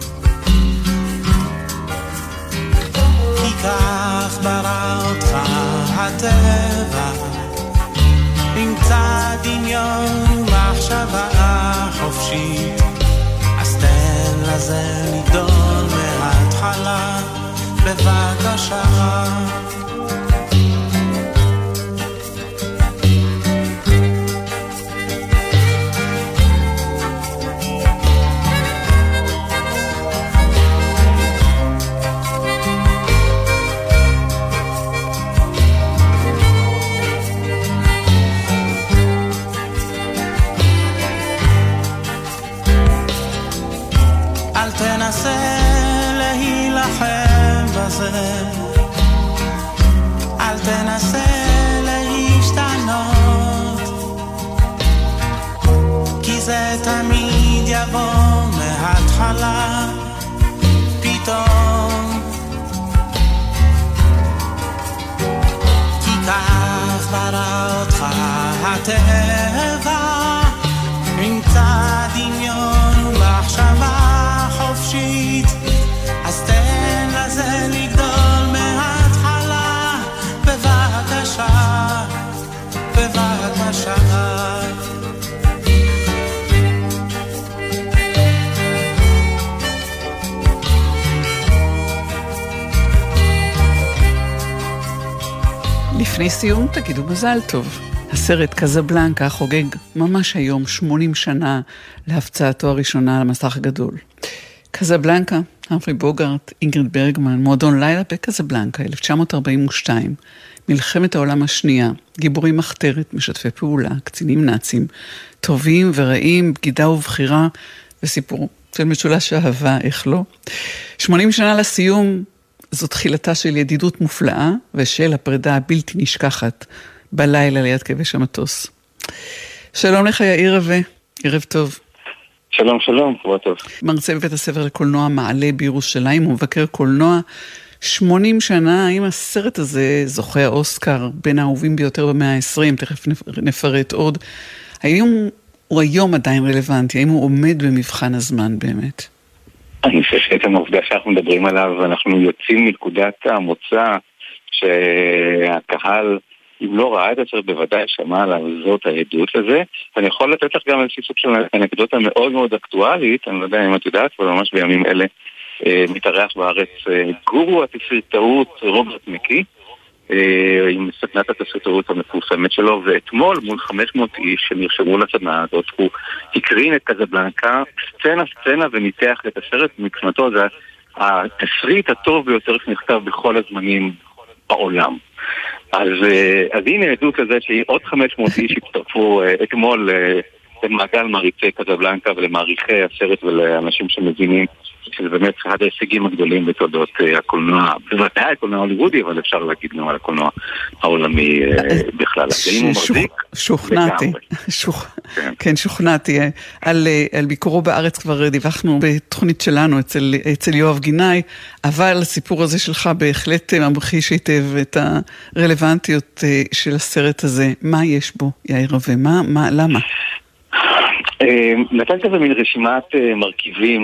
כי כך ברא אותך הטבע עם קצת דמיון ומחשבה חופשית, אז תן לזה לגדול מההתחלה בבקשה. אל תנסה להילחם בזה, אל תנסה להשתנות, כי זה תמיד יבוא מההתחלה פתאום. כי כך ברא אותך הטבע עם קצת דמיון ומחשבה חופשית, אז תן לזה לגדול מההתחלה בבקשה, בבקשה. לפני סיום תגידו מזל טוב. הסרט קזבלנקה חוגג ממש היום 80 שנה להפצעתו הראשונה על המסך הגדול. קזבלנקה, המפרי בוגארט, אינגריד ברגמן, מועדון לילה בקזבלנקה, 1942, מלחמת העולם השנייה, גיבורים מחתרת, משתפי פעולה, קצינים נאצים, טובים ורעים, בגידה ובחירה, וסיפור של משולש אהבה, איך לא. 80 שנה לסיום, זו תחילתה של ידידות מופלאה, ושל הפרידה הבלתי נשכחת, בלילה ליד כבש המטוס. שלום לך יאיר רווה, ערב טוב. שלום, שלום, כבר טוב. מרצה בבית הספר לקולנוע מעלה בירושלים, הוא מבקר קולנוע 80 שנה. האם הסרט הזה זוכה האוסקר בין האהובים ביותר במאה ה-20, תכף נפרט עוד. האם הוא היום עדיין רלוונטי? האם הוא עומד במבחן הזמן באמת? אני חושב שעצם העובדה שאנחנו מדברים עליו, אנחנו יוצאים מנקודת המוצא שהקהל, אם לא ראה את הסרט, בוודאי שמע עליו, זאת העדות לזה. ואני יכול לתת לך גם איזושהי סוג של אנקדוטה מאוד מאוד אקטואלית, אני לא יודע אם את יודעת, אבל ממש בימים אלה מתארח בארץ גורו התסריטאות רוברט מקי, עם סדנת התסריטאות המפורסמת שלו, ואתמול מול 500 איש שנרשמו לסדנה הזאת, הוא הקרין את קזבלנקה, סצנה וניתח את הסרט. מבחינתו זה התסריט הטוב ביותר שנכתב בכל הזמנים בעולם. אז הנה עדות לזה שעוד 500 איש הצטרפו אתמול למעגל מעריצי קזבלנקה ולמעריכי הסרט ולאנשים שמבינים שזה באמת אחד ההישגים הגדולים בתולדות הקולנוע, בוודאי הקולנוע ההוליוודי, אבל אפשר להגיד גם על הקולנוע העולמי בכלל. שוכנעתי, כן, שוכנעתי. על ביקורו בארץ כבר דיווחנו בתוכנית שלנו אצל יואב גינאי, אבל הסיפור הזה שלך בהחלט ממחיש היטב את הרלוונטיות של הסרט הזה. מה יש בו, יאיר רווה? למה? נתן כזה מין רשימת מרכיבים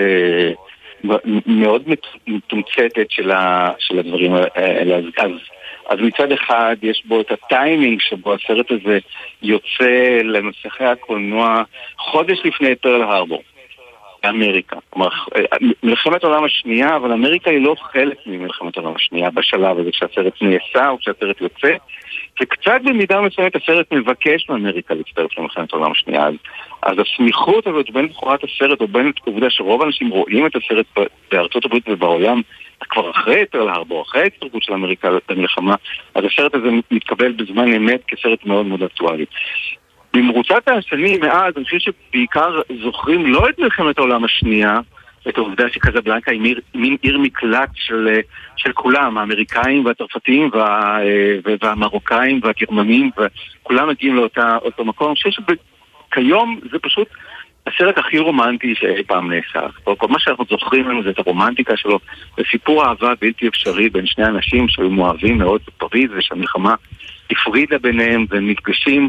מאוד מתומצתת של הדברים האלה. אז מצד אחד יש בו את הטיימינג שבו הסרט הזה יוצא למסכי הקולנוע חודש לפני פרל הרבור. אמריקה. כלומר, מלחמת העולם השנייה, אבל אמריקה היא לא חלק ממלחמת העולם השנייה בשלב הזה, כשהסרט נעשה או כשהסרט יוצא, וקצת במידה מסוימת הסרט מבקש מאמריקה להצטרף למלחמת העולם השנייה. אז הסמיכות הזאת בין בחורת הסרט, או בין העובדה שרוב האנשים רואים את הסרט בארצות הברית ובעולם, כבר אחרי פרל הרבור, אחרי ההתפרקות של אמריקה במלחמה, אז הסרט הזה מתקבל בזמן אמת כסרט מאוד מאוד אקטואלי. במרוצת השנים מאז, אני חושב שבעיקר זוכרים לא את מלחמת העולם השנייה, את העובדה שקזבלנקה היא מין עיר מקלט של כולם, האמריקאים והצרפתים והמרוקאים והגרמנים, וכולם מגיעים לאותו מקום. אני חושב שכיום זה פשוט הסרט הכי רומנטי שאי פעם נעשה. כל מה שאנחנו זוכרים לנו זה את הרומנטיקה שלו, זה סיפור אהבה בלתי אפשרי בין שני אנשים שהיו מואבים מאוד בפריז, ושהמלחמה הפרידה ביניהם, והם נפגשים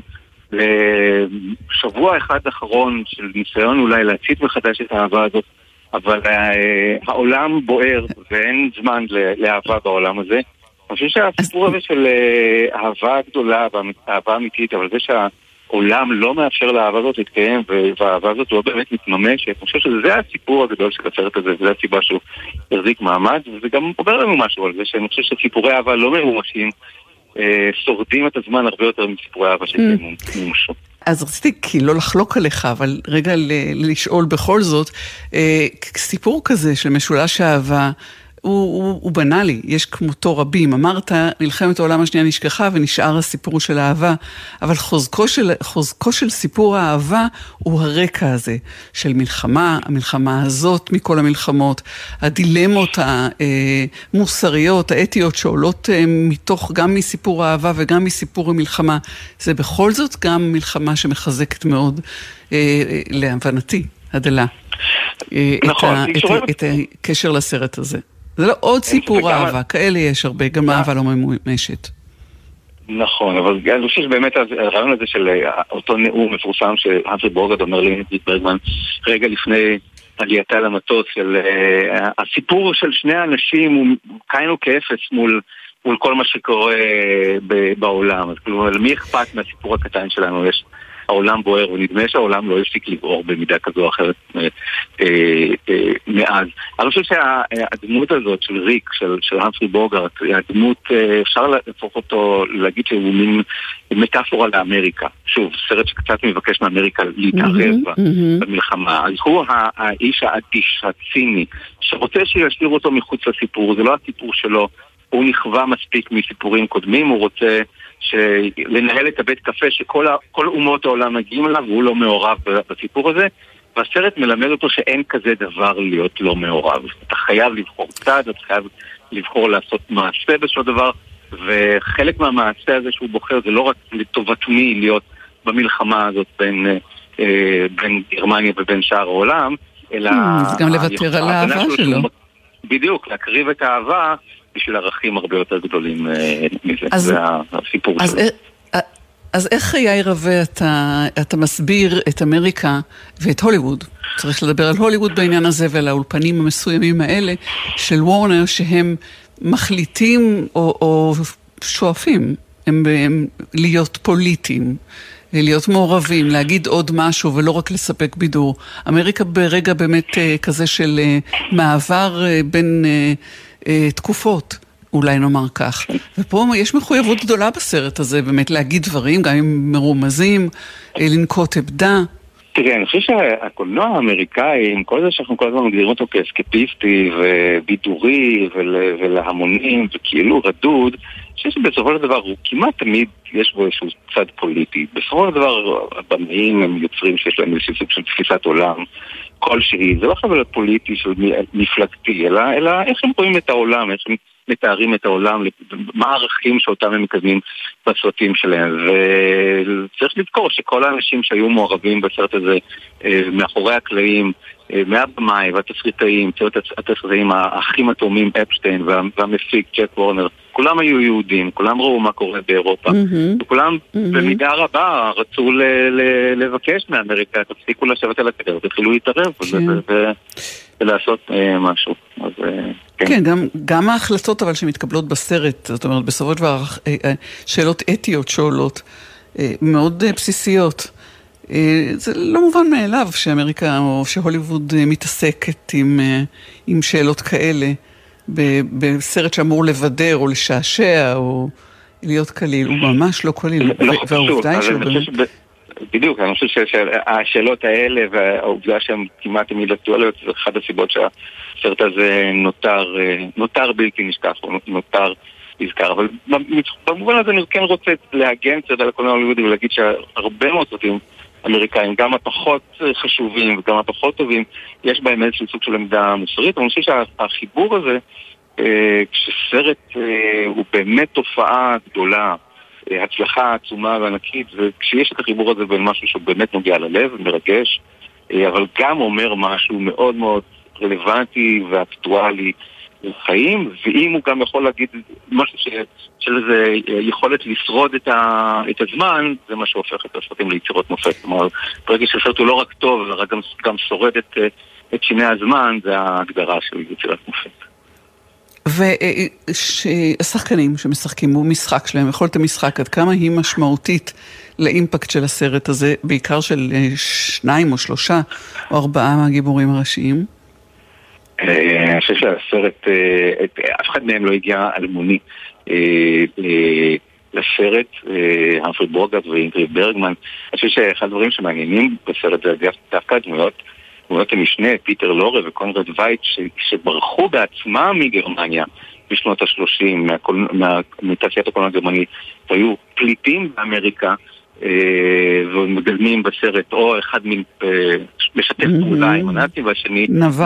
לשבוע אחד אחרון של ניסיון אולי להצית מחדש את האהבה הזאת, אבל העולם בוער ואין זמן לאהבה בעולם הזה. אני חושב שהסיפור הזה של אהבה גדולה ואהבה אמיתית, אבל זה שהעולם לא מאפשר לאהבה הזאת להתקיים והאהבה הזאת לא באמת מתממשת, אני חושב שזה הסיפור הגדול של הסרט הזה, וזה הסיבה שהוא החזיק מעמד, וזה גם אומר לנו משהו על זה, שאני חושב שסיפורי אהבה לא ממומשים, שורדים את הזמן הרבה יותר מסיפורי אהבה שמומשו. אז רציתי לא לחלוק עליך, אבל רגע לשאול בכל זאת, סיפור כזה של משולש האהבה, הוא בנאלי, יש כמותו רבים. אמרת, מלחמת העולם השנייה נשכחה ונשאר הסיפור של האהבה, אבל חוזקו של סיפור האהבה הוא הרקע הזה של מלחמה, המלחמה הזאת מכל המלחמות, הדילמות המוסריות, האתיות שעולות מתוך גם מסיפור האהבה וגם מסיפור המלחמה. זה בכל זאת גם מלחמה שמחזקת מאוד להבנתי, הדלה. נכון, את הקשר לסרט הזה. זה לא עוד סיפור אהבה, כאלה יש הרבה, גם אהבה לא ממומשת. נכון, אבל אני חושב שבאמת הרעיון הזה של אותו נאום מפורסם שהמפרי בורגרד אומר לאינגריד ברגמן רגע לפני עלייתה למטוס, של הסיפור של שני האנשים הוא כאינו כאפס מול כל מה שקורה בעולם. אז כלומר, למי אכפת מהסיפור הקטן שלנו? יש העולם בוער, ונדמה שהעולם לא הפסיק לבעור במידה כזו או אחרת מאז. אני חושב שהדמות הזאת של ריק, של המפרי בוגארט, הדמות, אפשר להפוך אותו, להגיד שהוא מין מטאפורה לאמריקה. שוב, סרט שקצת מבקש מאמריקה להתערב במלחמה. אז הוא האיש האדיש, הציני, שרוצה שישאיר אותו מחוץ לסיפור. זה לא הסיפור שלו, הוא נכווה מספיק מסיפורים קודמים, הוא רוצה לנהל את הבית קפה שכל אומות העולם מגיעים אליו, והוא לא מעורב בסיפור הזה, והסרט מלמד אותו שאין כזה דבר להיות לא מעורב. אתה חייב לבחור צד, אתה חייב לבחור לעשות מעשה בשביל דבר, וחלק מהמעשה הזה שהוא בוחר זה לא רק לטובת מי להיות במלחמה הזאת בין גרמניה ובין שאר העולם, אלא זה גם לוותר על האהבה שלו. בדיוק, להקריב את האהבה בשביל ערכים הרבה יותר גדולים מזה. זה הסיפור שלו. אז איך יאיר רווה אתה מסביר את אמריקה ואת הוליווד? צריך לדבר על הוליווד בעניין הזה ועל האולפנים המסוימים האלה של וורנר, שהם מחליטים או שואפים הם להיות פוליטיים, להיות מעורבים, להגיד עוד משהו ולא רק לספק בידור. אמריקה ברגע באמת כזה של מעבר בין תקופות, אולי נאמר כך. ופה יש מחויבות גדולה בסרט הזה, באמת להגיד דברים, גם אם מרומזים, לנקוט עמדה. תראה, אני חושב שהקולנוע האמריקאי, עם כל זה שאנחנו כל הזמן מגדירים אותו כאסקפיסטי ובידורי ולהמונים וכאילו רדוד, אני חושב שבסופו של דבר הוא כמעט תמיד יש בו איזשהו צד פוליטי. בסופו של דבר הבמאים הם יוצרים שיש להם איזשהו סוג של תפיסת עולם כלשהי. זה לא חבל פוליטי של מפלגתי, אלא איך הם רואים את העולם, איך הם מתארים את העולם, מה הערכים שאותם הם מקדמים בסרטים שלהם. וצריך לזכור שכל האנשים שהיו מעורבים בסרט הזה מאחורי הקלעים, מהבמאי והתסריטאים, התסריטאים האחים התאומים אפשטיין והמפיק ג'ק וורנר, כולם היו יהודים, כולם ראו מה קורה באירופה, וכולם במידה רבה רצו לבקש מאמריקה, תפסיקו לשבת על הקדר, תתחילו להתערב ולעשות משהו. כן, גם ההחלטות אבל שמתקבלות בסרט, זאת אומרת, בסופו של דבר שאלות אתיות שעולות, מאוד בסיסיות. זה לא מובן מאליו שאמריקה או שהוליווד מתעסקת עם שאלות כאלה בסרט שאמור לבדר או לשעשע או להיות קליל. הוא ממש לא קליל, והעובדה היא שהוא באמת... בדיוק, אני חושב שהשאלות האלה והעובדה שהן כמעט תמיד אקטואליות, זה אחת הסיבות שהסרט הזה נותר בלתי נשכח, או נותר נזכר. אבל במובן הזה אני כן רוצה להגן קצת על הקולנוע ההוליוודי ולהגיד שהרבה מאוד סרטים אמריקאים, גם הפחות חשובים וגם הפחות טובים, יש בהם איזשהו סוג של עמדה מוסרית, אבל אני חושב שהחיבור הזה, כשסרט הוא באמת תופעה גדולה, הצלחה עצומה וענקית, וכשיש את החיבור הזה בין משהו שהוא באמת נוגע ללב, מרגש, אבל גם אומר משהו מאוד מאוד רלוונטי ואקטואלי לחיים, ואם הוא גם יכול להגיד משהו של איזה יכולת לשרוד את הזמן, זה מה שהופך את הסרטים ליצירות מופת. כלומר, ברגע שהסרט הוא לא רק טוב, אלא גם שורד את שיני הזמן, זה ההגדרה של יצירת מופת. והשחקנים שמשחקים במשחק שלהם, יכולת המשחק, עד כמה היא משמעותית לאימפקט של הסרט הזה, בעיקר של 2 או 3 או 4 מהגיבורים הראשיים? אני חושב שהסרט, אף אחד מהם לא הגיע אלמוני לסרט, המפרי בוגרט ואינגריד ברגמן. אני חושב שאחד הדברים שמעניינים בסרט זה דווקא דמויות המשנה, פיטר לורה וקונרד וייט, שברחו בעצמם מגרמניה בשנות ה-30, מתעשיית הקולנוע הגרמנית, והיו פליטים באמריקה, ומגלמים בסרט, או אחד משתף פעולה עם הנאצים, והשני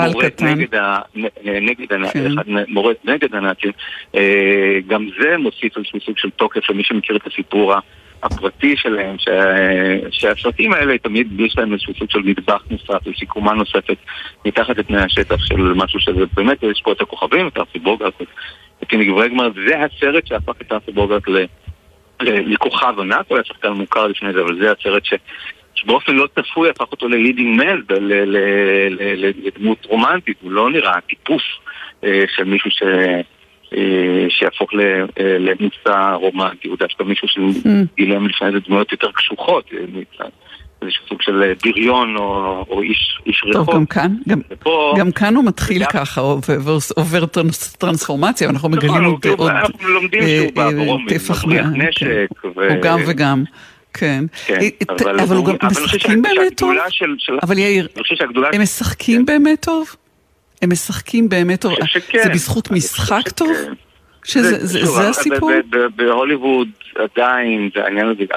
מורד נגד הנאצים. גם זה מוסיף איזשהו סוג של תוקף למי שמכיר את הסיפור הפרטי שלהם, שהסרטים האלה תמיד יש להם איזשהו סוג של נדבך נוסף, ושיקומה נוספת מתחת לתנאי השטח של משהו שזה באמת, יש פה את הכוכבים, את המפרי בוגרט, את אינגריד ברגמן, זה הסרט שהפך את המפרי בוגרט לכוכב ענק, הוא היה שחקן מוכר לפני זה, אבל זה הסרט שבאופן לא צפוי הפך אותו ללידינג מן, לדמות רומנטית, הוא לא נראה טיפוס של מישהו שיהפוך למוצא רומנטי, הוא דווקא מישהו שגילם לפני זה דמויות יותר קשוחות, איזשהו סוג של בריון או איש רחוב. טוב, גם כאן הוא מתחיל ככה, ועובר טרנספורמציה, ואנחנו מגלים עוד אנחנו לומדים שהוא בעבורו מבריח נשק. הוא גם וגם, כן. אבל הוא גם משחקים באמת טוב? אבל יאיר, הם משחקים באמת טוב? הם משחקים באמת טוב? זה בזכות משחק טוב? שזה הסיפור? בהוליווד עדיין, זה העניין הזה,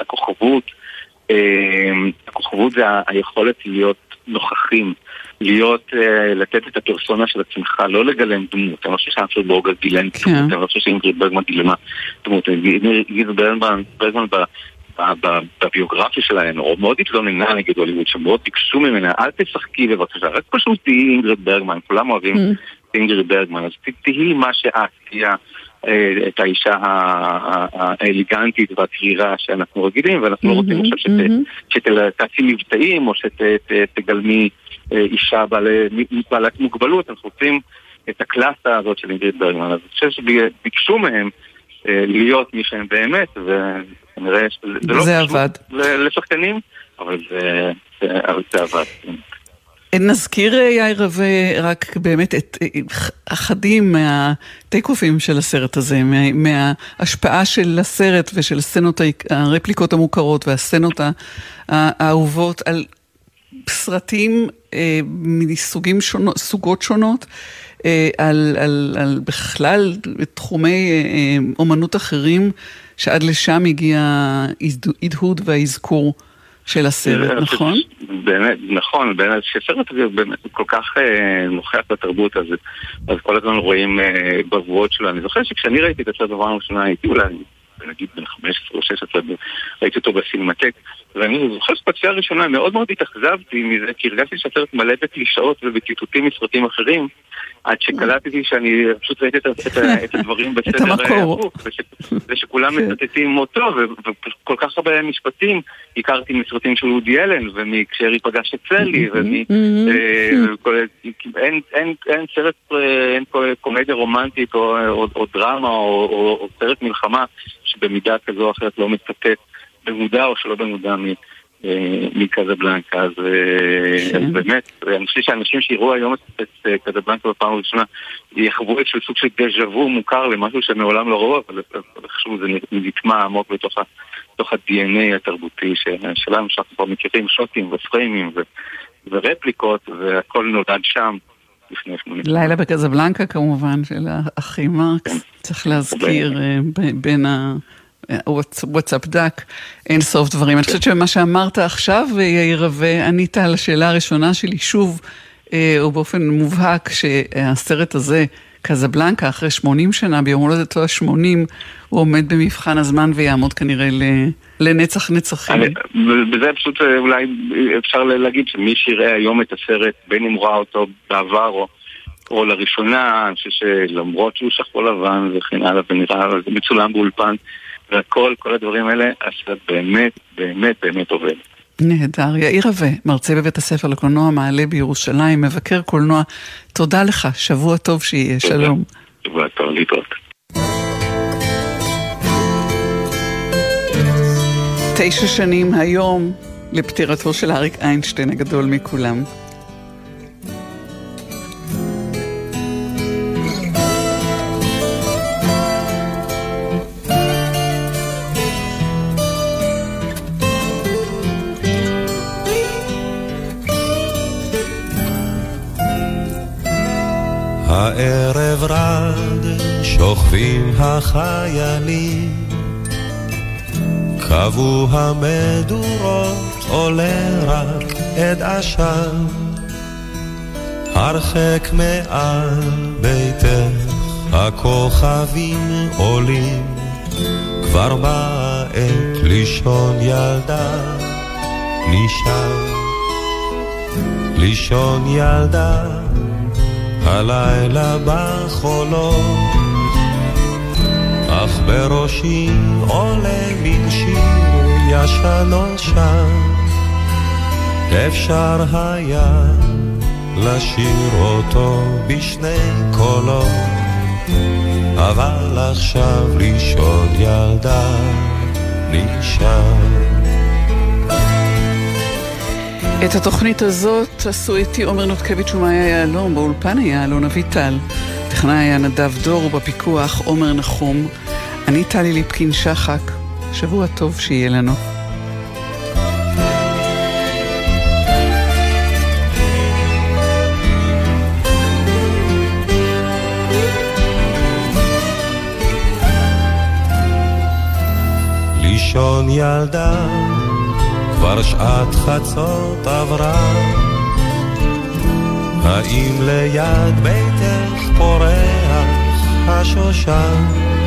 הכוכבות זה היכולת להיות נוכחים, לתת את הפרסונה של עצמך, לא לגלם דמות. אני חושב שהמפרי בוגרט גילם דמות, אני חושב שאינגריד ברגמן גילמה דמות. אינגריד ברגמן בביוגרפיה שלהם, או מאוד התלוננה נגד הוליווד, שמאוד ביקשו ממנה, אל תשחקי בבקשה, רק פשוט תהי אינגריד ברגמן, כולם אוהבים אינגריד ברגמן, אז תהי מה שאת תהיה את האישה האליגנטית והקרירה שאנחנו רגילים, ואנחנו לא רוצים עכשיו שתעשי מבטאים או שתגלמי אישה בעלת מוגבלות, אנחנו רוצים את הקלאסה הזאת של אינגריד ברגמן. אז אני חושב שביקשו מהם להיות מי שהם באמת, וכנראה זה עבד לשחקנים, אבל זה עבד. נזכיר, יאיר, ורק באמת את אחדים מהטייקופים של הסרט הזה, מההשפעה של הסרט ושל סצנות הרפליקות המוכרות והסצנות האהובות על סרטים מסוגות שונות, על בכלל תחומי אומנות אחרים, שעד לשם הגיע ההדהוד והאזכור של הסרט, נכון? באמת, נכון, באמת, שסרט הזה באמת כל כך נוכח בתרבות הזה, אז כל הזמן רואים בבואות שלו. אני זוכר שכשאני ראיתי את הסרט בפעם הראשונה, הייתי אולי, נגיד בן 15 או 16, ראיתי אותו בסינמטק, ואני זוכר שבפעם הראשונה מאוד מאוד התאכזבתי מזה, כי הרגשתי שהסרט מלא בקלישאות ובציטוטים מסרטים אחרים, עד שקלטתי שאני פשוט ראיתי את הדברים בסדר הפוך, ושכולם מצטטים אותו, וכל כך הרבה משפטים הכרתי מסרטים של וודי אלן, ומכשארי פגש את סלי, אין סרט, אין קומדיה רומנטית או דרמה או סרט מלחמה שבמידה כזו או אחרת לא מצטט במודע או שלא במודע מקזבלנקה, אז באמת, אני חושב שאנשים שיראו היום את קזבלנקה בפעם הראשונה, יחוו איזשהו סוג של דז'ה-וו מוכר למשהו שמעולם לא ראו, אבל חשוב, זה נטמע עמוק בתוך ה-DNA התרבותי שלנו, שאנחנו כבר מכירים שוטים ופריימים ורפליקות, והכל נולד שם לפני 80. לילה בקזבלנקה כמובן, של האחי מרקס, צריך להזכיר בין וואטסאפ דק, אין סוף דברים. אני חושבת שמה שאמרת עכשיו, יאיר, וענית על השאלה הראשונה שלי, שוב, או באופן מובהק, שהסרט הזה, קזבלנקה, אחרי 80 שנה, ביום הולדתו ה-80, הוא עומד במבחן הזמן ויעמוד כנראה לנצח נצחים. בזה פשוט אולי אפשר להגיד שמי שיראה היום את הסרט, בין אם ראה אותו בעבר או לראשונה, אני חושב שלמרות שהוא שחור לבן וכן הלאה ונראה מצולם באולפן, וכל הדברים האלה, הסרט באמת, באמת, באמת עובד. נהדר. יאיר רווה, מרצה בבית הספר לקולנוע מעלה בירושלים, מבקר קולנוע, תודה לך, שבוע טוב שיהיה, שלום. שבוע טוב, להתראות. 9 שנים היום לפטירתו של אריק איינשטיין הגדול מכולם. הערב רד, שוכבים החיילים, קבעו המדורות, עולה רק עד עשן, הרחק מעל ביתך הכוכבים עולים, כבר באה עת לישון ילדה, לישון ילדה, הלילה בחולות, אך בראשי עולה מן שיר ישן שם, אפשר היה לשיר אותו בשני קולות, אבל עכשיו לישון ילדה, לישון. את התוכנית הזאת עשו איתי עומר נותקביץ' ומאיה יעלום, באולפן היה אלון אביטל, טכנאי היה נדב דור ובפיקוח עומר נחום. אני טלי ליפקין שחק, שבוע טוב שיהיה לנו. לישון ילדה, כבר שעת חצות עברה, האם ליד ביתך פורח השושן,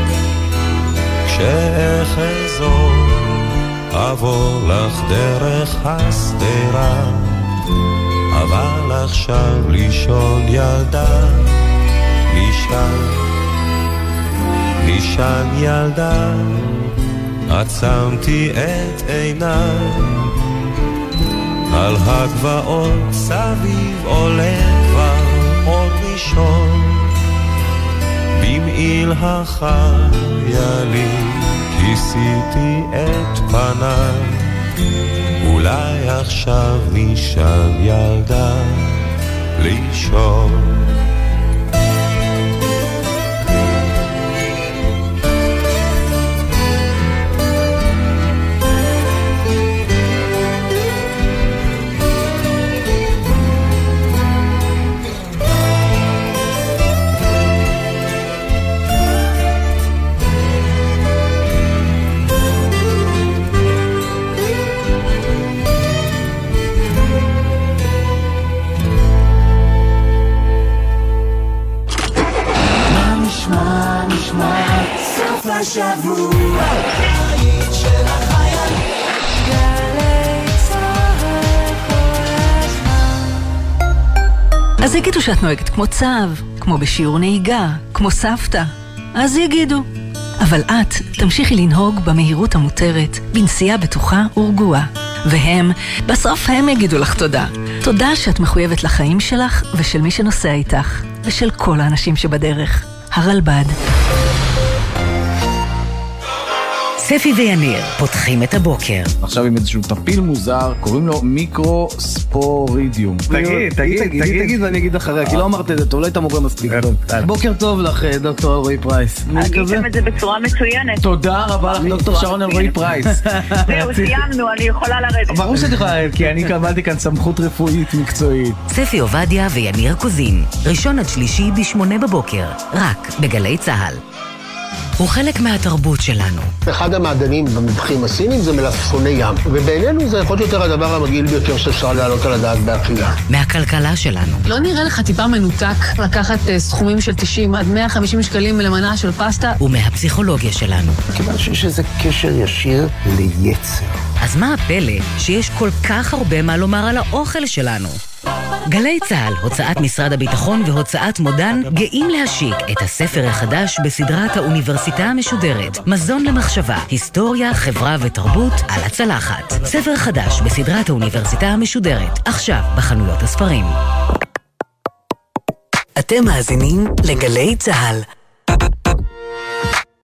כשאחזור אבוא לך דרך הסתירה, אבל עכשיו לישון ילדה, לישן ילדה, עצמתי את עיניי, על הגבעות סביב עולה כבר אור ראשון, במעיל החיילים כיסיתי את פניי, אולי עכשיו נשאר ילדה לישון. השבוע היית של החיילים גלי צהר כל הזמן. אז יגידו שאת נוהגת כמו צב, כמו בשיעור נהיגה, כמו סבתא, אז יגידו. אבל את תמשיכי לנהוג במהירות המותרת, בנסיעה בטוחה ורגועה. והם, בסוף הם יגידו לך תודה. תודה שאת מחויבת לחיים שלך ושל מי שנוסע איתך, ושל כל האנשים שבדרך. הרלב"ד. ספי ויניר פותחים את הבוקר. עכשיו עם איזשהו טפיל מוזר, קוראים לו מיקרוספורידיום. תגיד ואני אגיד אחריה, כי לא אמרת את זה טוב, לא היית מורה מספיק טוב. בוקר טוב לך, דוקטור אלרועי פרייס. עשיתם את זה בצורה מצוינת. תודה רבה לך, דוקטור שרון אלרועי פרייס. זהו, סיימנו, אני יכולה לרדת. ברור שאת יכולה לרדת, כי אני קבלתי כאן סמכות רפואית מקצועית. ספי עובדיה ויניר קוזין, ראשון עד שלישי ב8 בבוקר, רק בגלי צהל. הוא חלק מהתרבות שלנו. אחד המעדנים במבחים הסינים זה מלפפוני ים, ובינינו זה יכול יותר הדבר המגעיל ביותר שאפשר להעלות על הדעת באכילה. מהכלכלה שלנו. לא נראה לך טיפה מנותק לקחת סכומים של 90 עד 150 שקלים למנה של פסטה? ומהפסיכולוגיה שלנו. כיוון שיש איזה קשר ישיר ליצר. אז מה הפלא שיש כל כך הרבה מה לומר על האוכל שלנו? גלי צהל, הוצאת משרד הביטחון והוצאת מודן גאים להשיק את הספר החדש בסדרת האוניברסיטה המשודרת, מזון למחשבה, היסטוריה, חברה ותרבות על הצלחת. ספר חדש בסדרת האוניברסיטה המשודרת, עכשיו בחנויות הספרים. אתם מאזינים לגלי צהל.